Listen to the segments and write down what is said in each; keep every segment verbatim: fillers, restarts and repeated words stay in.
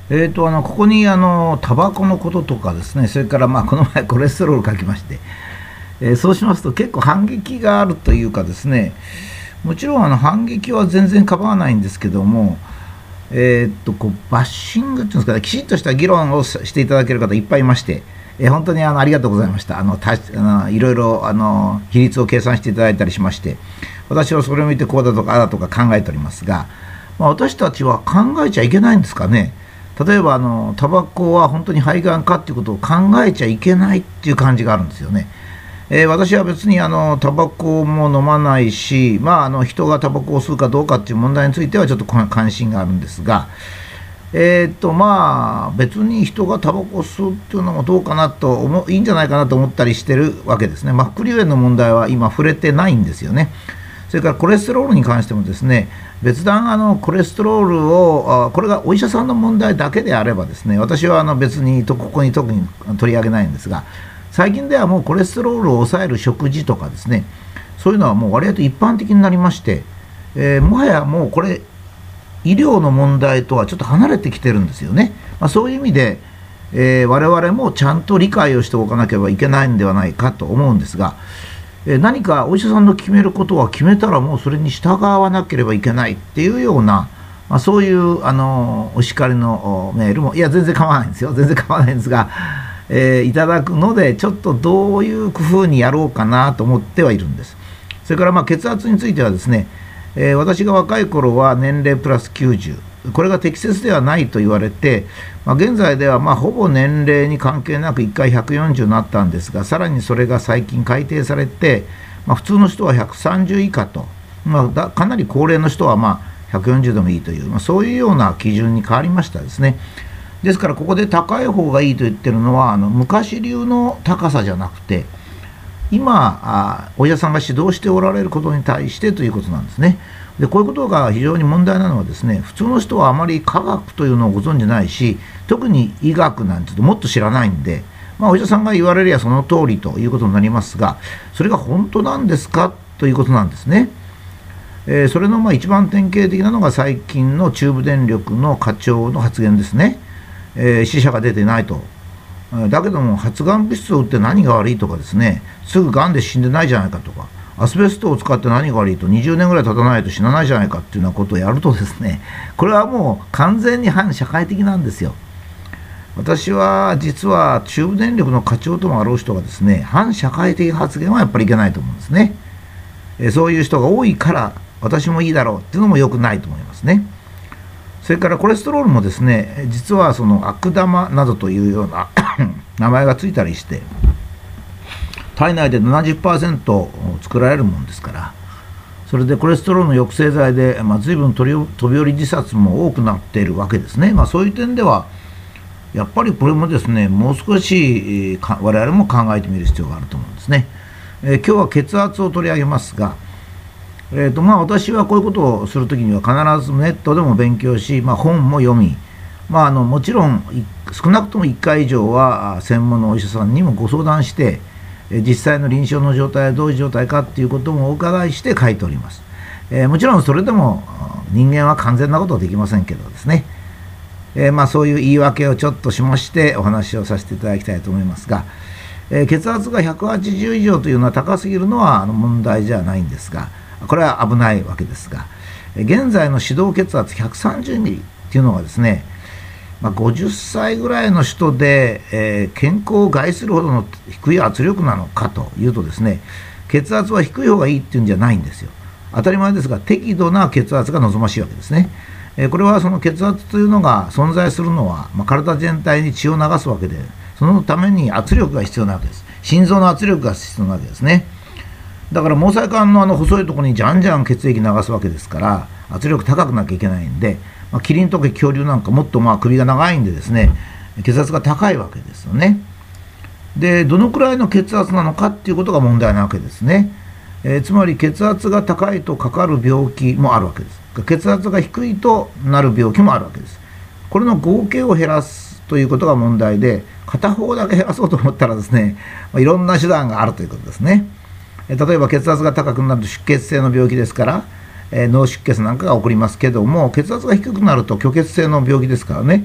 えーと、あのここにあのタバコのこととかですね、それからまあこの前コレステロール書きまして、えーそうしますと結構反撃があるというかですね、もちろんあの反撃は全然構わないんですけども、えーっとこうバッシングっていうんですかね、きちっとした議論をしていただける方いっぱいいまして、えー本当にあのありがとうございました。あのたあのいろいろあの比率を計算していただいたりしまして、私はそれを見てこうだとかああだとか考えておりますが、まあ、私たちは考えちゃいけないんですかね。例えばあのタバコは本当に肺がんかっていうことを考えちゃいけないっていう感じがあるんですよね。えー私は別にあのタバコも飲まないし、まあ、あの人がタバコを吸うかどうかっていう問題についてはちょっと関心があるんですが、えーっとまあ、別に人がタバコを吸うっていうのもどうかなと思う、いいんじゃないかなと思ったりしてるわけですね。まあ、副流炎の問題は今触れてないんですよね。それからコレステロールに関してもですね、別段あのコレステロールをあこれがお医者さんの問題だけであればですね、私はあの別にとここに特に取り上げないんですが、最近ではもうコレステロールを抑える食事とかですね、そういうのはもう割合と一般的になりまして、えーもはやもうこれ医療の問題とはちょっと離れてきてるんですよね。まあ、そういう意味で、えー我々もちゃんと理解をしておかなければいけないんではないかと思うんですが、えー何かお医者さんの決めることは決めたらもうそれに従わなければいけないっていうような、まあ、そういうあのお叱りのおメールも、いや全然構わないんですよ、全然構わないんですが、えーいただくので、ちょっとどういう工夫にやろうかなと思ってはいるんです。それからまあ血圧についてはですね、えー私が若い頃は年齢プラスきゅうじゅう、これが適切ではないと言われて、まあ、現在ではまあほぼ年齢に関係なくいっかいひゃくよんじゅうになったんですが、さらにそれが最近改定されて、まあ、普通の人はひゃくさんじゅう以下と、まあ、だかなり高齢の人はまあひゃくよんじゅうでもいいという、まあ、そういうような基準に変わりましたですね。ですからここで高い方がいいと言ってるのは、あの昔流の高さじゃなくて、今あお医者さんが指導しておられることに対してということなんですね。でこういうことが非常に問題なのはですね、普通の人はあまり科学というのをご存じないし、特に医学なんてもっと知らないんで、まあ、お医者さんが言われりゃその通りということになりますが、それが本当なんですかということなんですね。えーそれのまあ一番典型的なのが最近の中部電力の課長の発言ですね。えー死者が出ていないと、えーだけども発がん物質を打って何が悪いとかですね、すぐがんで死んでないじゃないかとか、アスベストを使って何が悪いと、にじゅうねんぐらい経たないと死なないじゃないかっていうようなことをやるとですね、これはもう完全に反社会的なんですよ。私は実は中部電力の課長ともあろう人がですね、反社会的発言はやっぱりいけないと思うんですね。えーそういう人が多いから私もいいだろうっていうのも良くないと思いますね。それからコレステロールもですね、実はその悪玉などというような名前がついたりして、体内で ななじゅっパーセント 作られるものですから、それでコレステロールの抑制剤で、まあ、随分飛び飛び降り自殺も多くなっているわけですね。まあ、そういう点ではやっぱりこれもですね、もう少し、えーか我々も考えてみる必要があると思うんですね。えー今日は血圧を取り上げますが、えーとまあ、私はこういうことをするときには必ずネットでも勉強し、まあ、本も読み、まあ、あのもちろんい少なくともいっかい以上はあ専門のお医者さんにもご相談して、えー実際の臨床の状態はどういう状態かということもお伺いして書いております。えーもちろんそれでもあ人間は完全なことはできませんけどですね、えーまあ、そういう言い訳をちょっとしましてお話をさせていただきたいと思いますが、えー血圧がひゃくはちじゅう以上というのは高すぎるのはあの問題じゃないんですが、これは危ないわけですが、えー現在の指導血圧ひゃくさんじゅうミリっていうのがですね、まあ、ごじゅっさいぐらいの人で、えー健康を害するほどの低い圧力なのかというとですね、血圧は低い方がいいっていうんじゃないんですよ。当たり前ですが適度な血圧が望ましいわけですね。えーこれはその血圧というのが存在するのは、まあ、体全体に血を流すわけで、そのために圧力が必要なわけです。心臓の圧力が必要なわけですね。だから毛細管のあの細いところにじゃんじゃん血液流すわけですから、圧力高くなきゃいけないんで、まあ、キリンとか恐竜なんかもっとまあ首が長いんでですね、血圧が高いわけですよね。でどのくらいの血圧なのかっていうことが問題なわけですね。えーつまり血圧が高いとかかる病気もあるわけです。血圧が低いとなる病気もあるわけです。これの合計を減らすということが問題で、片方だけ減らそうと思ったらですね、まあ、いろんな手段があるということですね。えー例えば血圧が高くなると出血性の病気ですから、えー脳出血なんかが起こりますけども、血圧が低くなると虚血性の病気ですからね、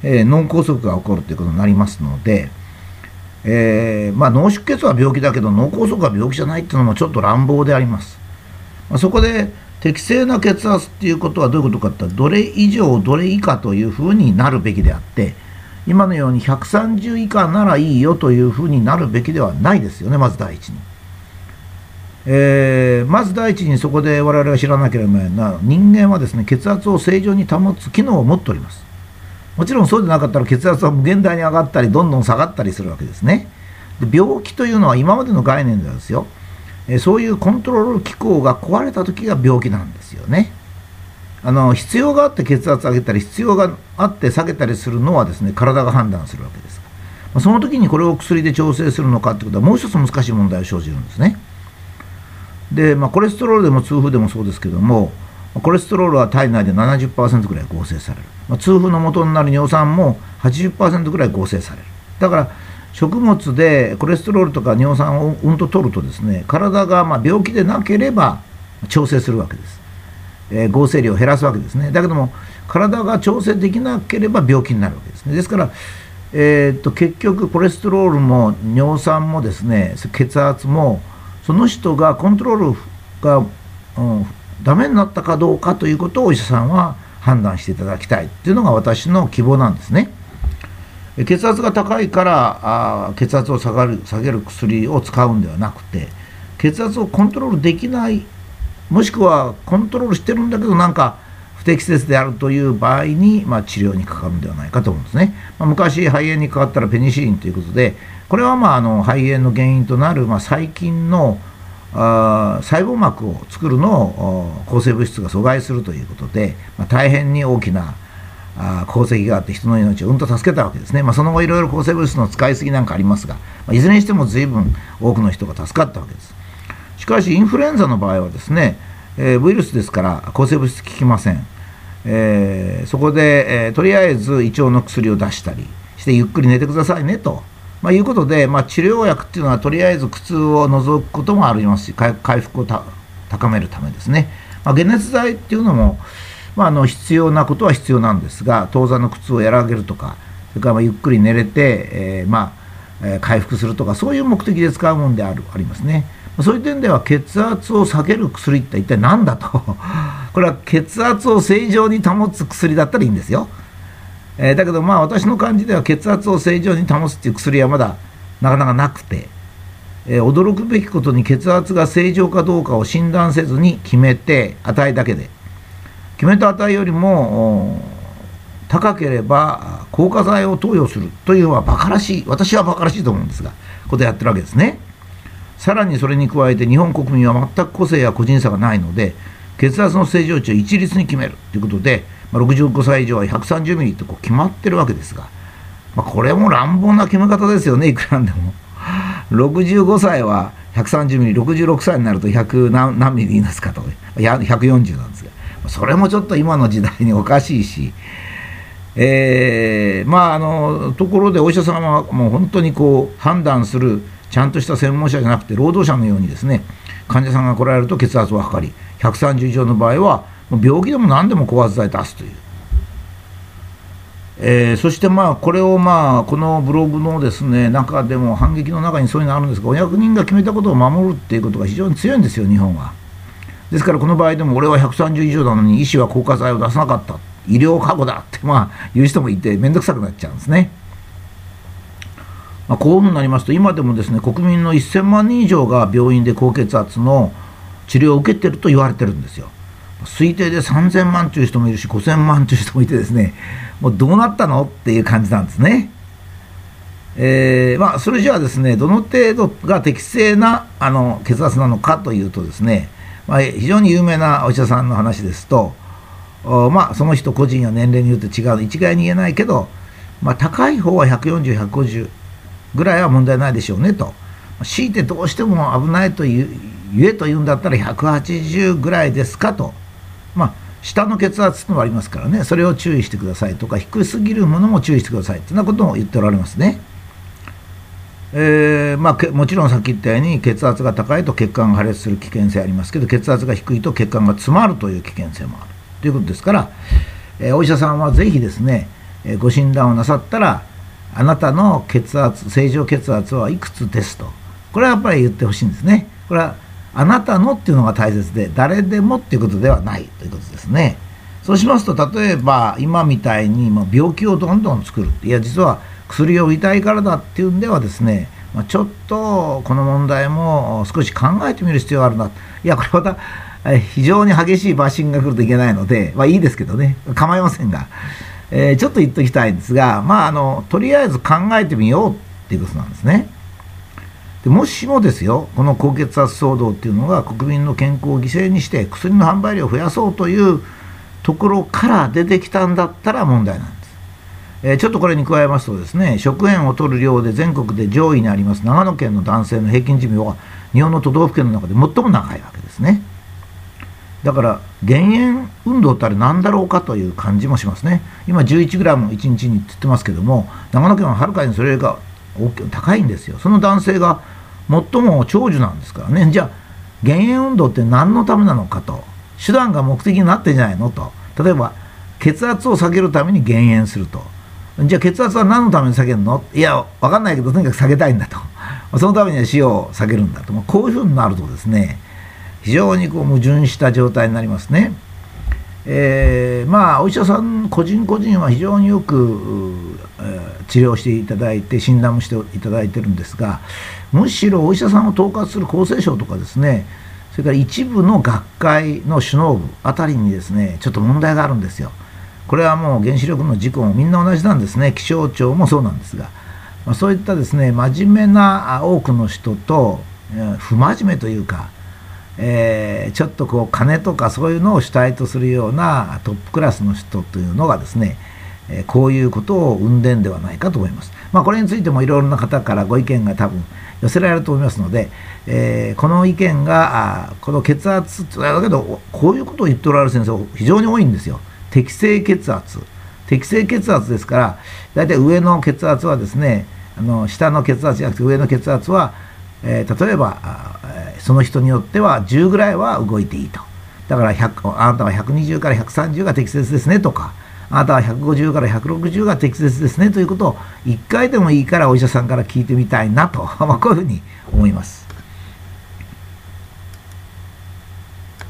えー、脳梗塞が起こるということになりますので、えーまあ、脳出血は病気だけど脳梗塞は病気じゃないっていうのもちょっと乱暴であります。まあ、そこで適正な血圧っていうことはどういうことかって言ったら、どれ以上どれ以下というふうになるべきであって、今のようにひゃくさんじゅう以下ならいいよというふうになるべきではないですよね。まず第一に、えー、まず第一にそこで我々が知らなければいけないのは、人間はですね、血圧を正常に保つ機能を持っております。もちろんそうでなかったら血圧は無限大に上がったりどんどん下がったりするわけですね。で、病気というのは今までの概念ではですよ、えー、そういうコントロール機構が壊れた時が病気なんですよね。あの必要があって血圧上げたり必要があって下げたりするのはですね、体が判断するわけですが、まあ、その時にこれを薬で調整するのかということはもう一つ難しい問題が生じるんですね。で、まあ、コレステロールでも痛風でもそうですけども、コレステロールは体内で ななじゅっパーセント ぐらい合成される、まあ、痛風の元になる尿酸も はちじゅっパーセント ぐらい合成される。だから食物でコレステロールとか尿酸をうんと取るとですね、体がまあ病気でなければ調整するわけです。えー、合成量を減らすわけですね。だけども体が調整できなければ病気になるわけですね。ですから、えー、っと結局コレステロールも尿酸もですね、血圧もその人がコントロールが、うん、ダメになったかどうかということをお医者さんは判断していただきたいというのが私の希望なんですね。血圧が高いからあ血圧を下がる、下げる薬を使うんではなくて、血圧をコントロールできない、もしくはコントロールしてるんだけどなんか不適切であるという場合に、まあ、治療にかかるんではないかと思うんですね。まあ、昔肺炎にかかったらペニシリンということで、これはまああの肺炎の原因となる、まあ、細菌のあ細胞膜を作るのを抗生物質が阻害するということで、まあ、大変に大きなあ功績があって人の命をうんと助けたわけですね。まあ、その後いろいろ抗生物質の使いすぎなんかありますが、まあ、いずれにしても随分多くの人が助かったわけです。しかしインフルエンザの場合はですね、えー、ウイルスですから抗生物質効きません。えー、そこで、えー、とりあえず胃腸の薬を出したりしてゆっくり寝てくださいねと、まあ、いうことで、まあ、治療薬っていうのはとりあえず苦痛を除くこともありますし、回復を高めるためですね。まあ、解熱剤っていうのも、まあ、あの必要なことは必要なんですが、当座の苦痛を和らげるとか、それからまあゆっくり寝れて、えーまあえー、回復するとか、そういう目的で使うものであるありますね。そういう点では血圧を下げる薬って一体何だとこれは血圧を正常に保つ薬だったらいいんですよ。えー、だけどまあ私の感じでは血圧を正常に保つっていう薬はまだなかなかなくて、えー、驚くべきことに血圧が正常かどうかを診断せずに決めて値だけで決めた値よりも高ければ硬化剤を投与するというのはバカらしい、私はバカらしいと思うんですが、ことをやってるわけですね。さらにそれに加えて日本国民は全く個性や個人差がないので、血圧の正常値を一律に決めるということで、まあ、ろくじゅうごさい以上はひゃくさんじゅうミリとこう決まってるわけですが、まあ、これも乱暴な決め方ですよね。いくらなんでもろくじゅうごさいはひゃくさんじゅうミリ、ろくじゅうろくさいになるとひゃく何、何ミリ言いますかと、いやひゃくよんじゅうなんですが、それもちょっと今の時代におかしいし、えー、まああのところでお医者さんはもう本当にこう判断するちゃんとした専門者じゃなくて労働者のようにですね、患者さんが来られると血圧を測り、ひゃくさんじゅう以上の場合はもう病気でも何でも高圧剤出すという、えー、そしてまあこれをまあこのブログのですね中でも反撃の中にそういうのあるんですが、お役人が決めたことを守るっていうことが非常に強いんですよ、日本は。ですからこの場合でも俺はひゃくさんじゅう以上なのに医師は硬化剤を出さなかった、医療過誤だってまあ言う人もいて面倒くさくなっちゃうんですね。まあ、こういうふうになりますと今でもですね国民のせんまんにん以上が病院で高血圧の治療を受けていると言われてるんですよ。推定でさんぜんまんという人もいるしごせんまんという人もいてですね、もうどうなったのっていう感じなんですね。えーまあ、それじゃあですねどの程度が適正なあの血圧なのかというとですね、まあ、非常に有名なお医者さんの話ですと、まあ、その人個人や年齢によって違う、一概に言えないけど、まあ、高い方はひゃくよんじゅう、ひゃくごじゅうぐらいは問題ないでしょうねと。強いてどうしても危ないという言えというんだったらひゃくはちじゅうぐらいですかと。まあ下の血圧というのがありますからね、それを注意してくださいとか、低すぎるものも注意してくださいというようなことも言っておられますね。えーまあ、もちろんさっき言ったように血圧が高いと血管が破裂する危険性ありますけど、血圧が低いと血管が詰まるという危険性もあるということですから、えー、お医者さんはぜひですねえー、ご診断をなさったら、あなたの血圧、正常血圧はいくつですと、これはやっぱり言ってほしいんですね。これはあなたのっていうのが大切で、誰でもっていうことではないということですね。そうしますと、例えば今みたいにもう病気をどんどん作る、いや実は薬を売りたいからだっていうんではですね、まあ、ちょっとこの問題も少し考えてみる必要があるな。いやこれまた非常に激しいバッシングが来るといけないので、まあいいですけどね、構いませんが、えー、ちょっと言っておきたいんですが、まああのとりあえず考えてみようっていうことなんですね。でもしもですよ、この高血圧騒動っていうのが国民の健康を犠牲にして薬の販売量を増やそうというところから出てきたんだったら問題なんです。えー、ちょっとこれに加えますとですね、食塩を取る量で全国で上位にあります長野県の男性の平均寿命は日本の都道府県の中で最も長いわけですね。だから減塩運動ってあれ何だろうかという感じもしますね。今じゅういちグラムいちにちにって言ってますけども、長野県ははるかにそれが高いんですよ。その男性が最も長寿なんですからね。じゃあ減塩運動って何のためなのかと、手段が目的になってんじゃないのと。例えば血圧を下げるために減塩すると、じゃあ血圧は何のために下げるの、いや分かんないけどとにかく下げたいんだと、そのためには塩を下げるんだと、こういうふうになるとですね、非常にこう矛盾した状態になりますね。えー、まあお医者さん個人個人は非常によく、えー、治療していただいて診断もしていただいてるんですが、むしろお医者さんを統括する厚生省とかですね、それから一部の学会の首脳部あたりにですね、ちょっと問題があるんですよ。これはもう原子力の事故もみんな同じなんですね。気象庁もそうなんですが、まあ、そういったですね真面目な多くの人と、えー、不真面目というか、えー、ちょっとこう金とかそういうのを主体とするようなトップクラスの人というのがですね、えー、こういうことを生んでんではないかと思います。まあ、これについてもいろいろな方からご意見が多分寄せられると思いますので、えー、この意見があこの血圧だけどこういうことを言っておられる先生非常に多いんですよ。適正血圧適正血圧ですから、だいたい上の血圧はですね、あの下の血圧じゃなくて上の血圧は、えー、例えばその人によってはじゅうぐらいは動いていいと。だからひゃくあなたはひゃくにじゅうからひゃくさんじゅうが適切ですねとか、あなたはひゃくごじゅうからひゃくろくじゅうが適切ですねということをいっかいでもいいからお医者さんから聞いてみたいなとまあこういうふうに思います。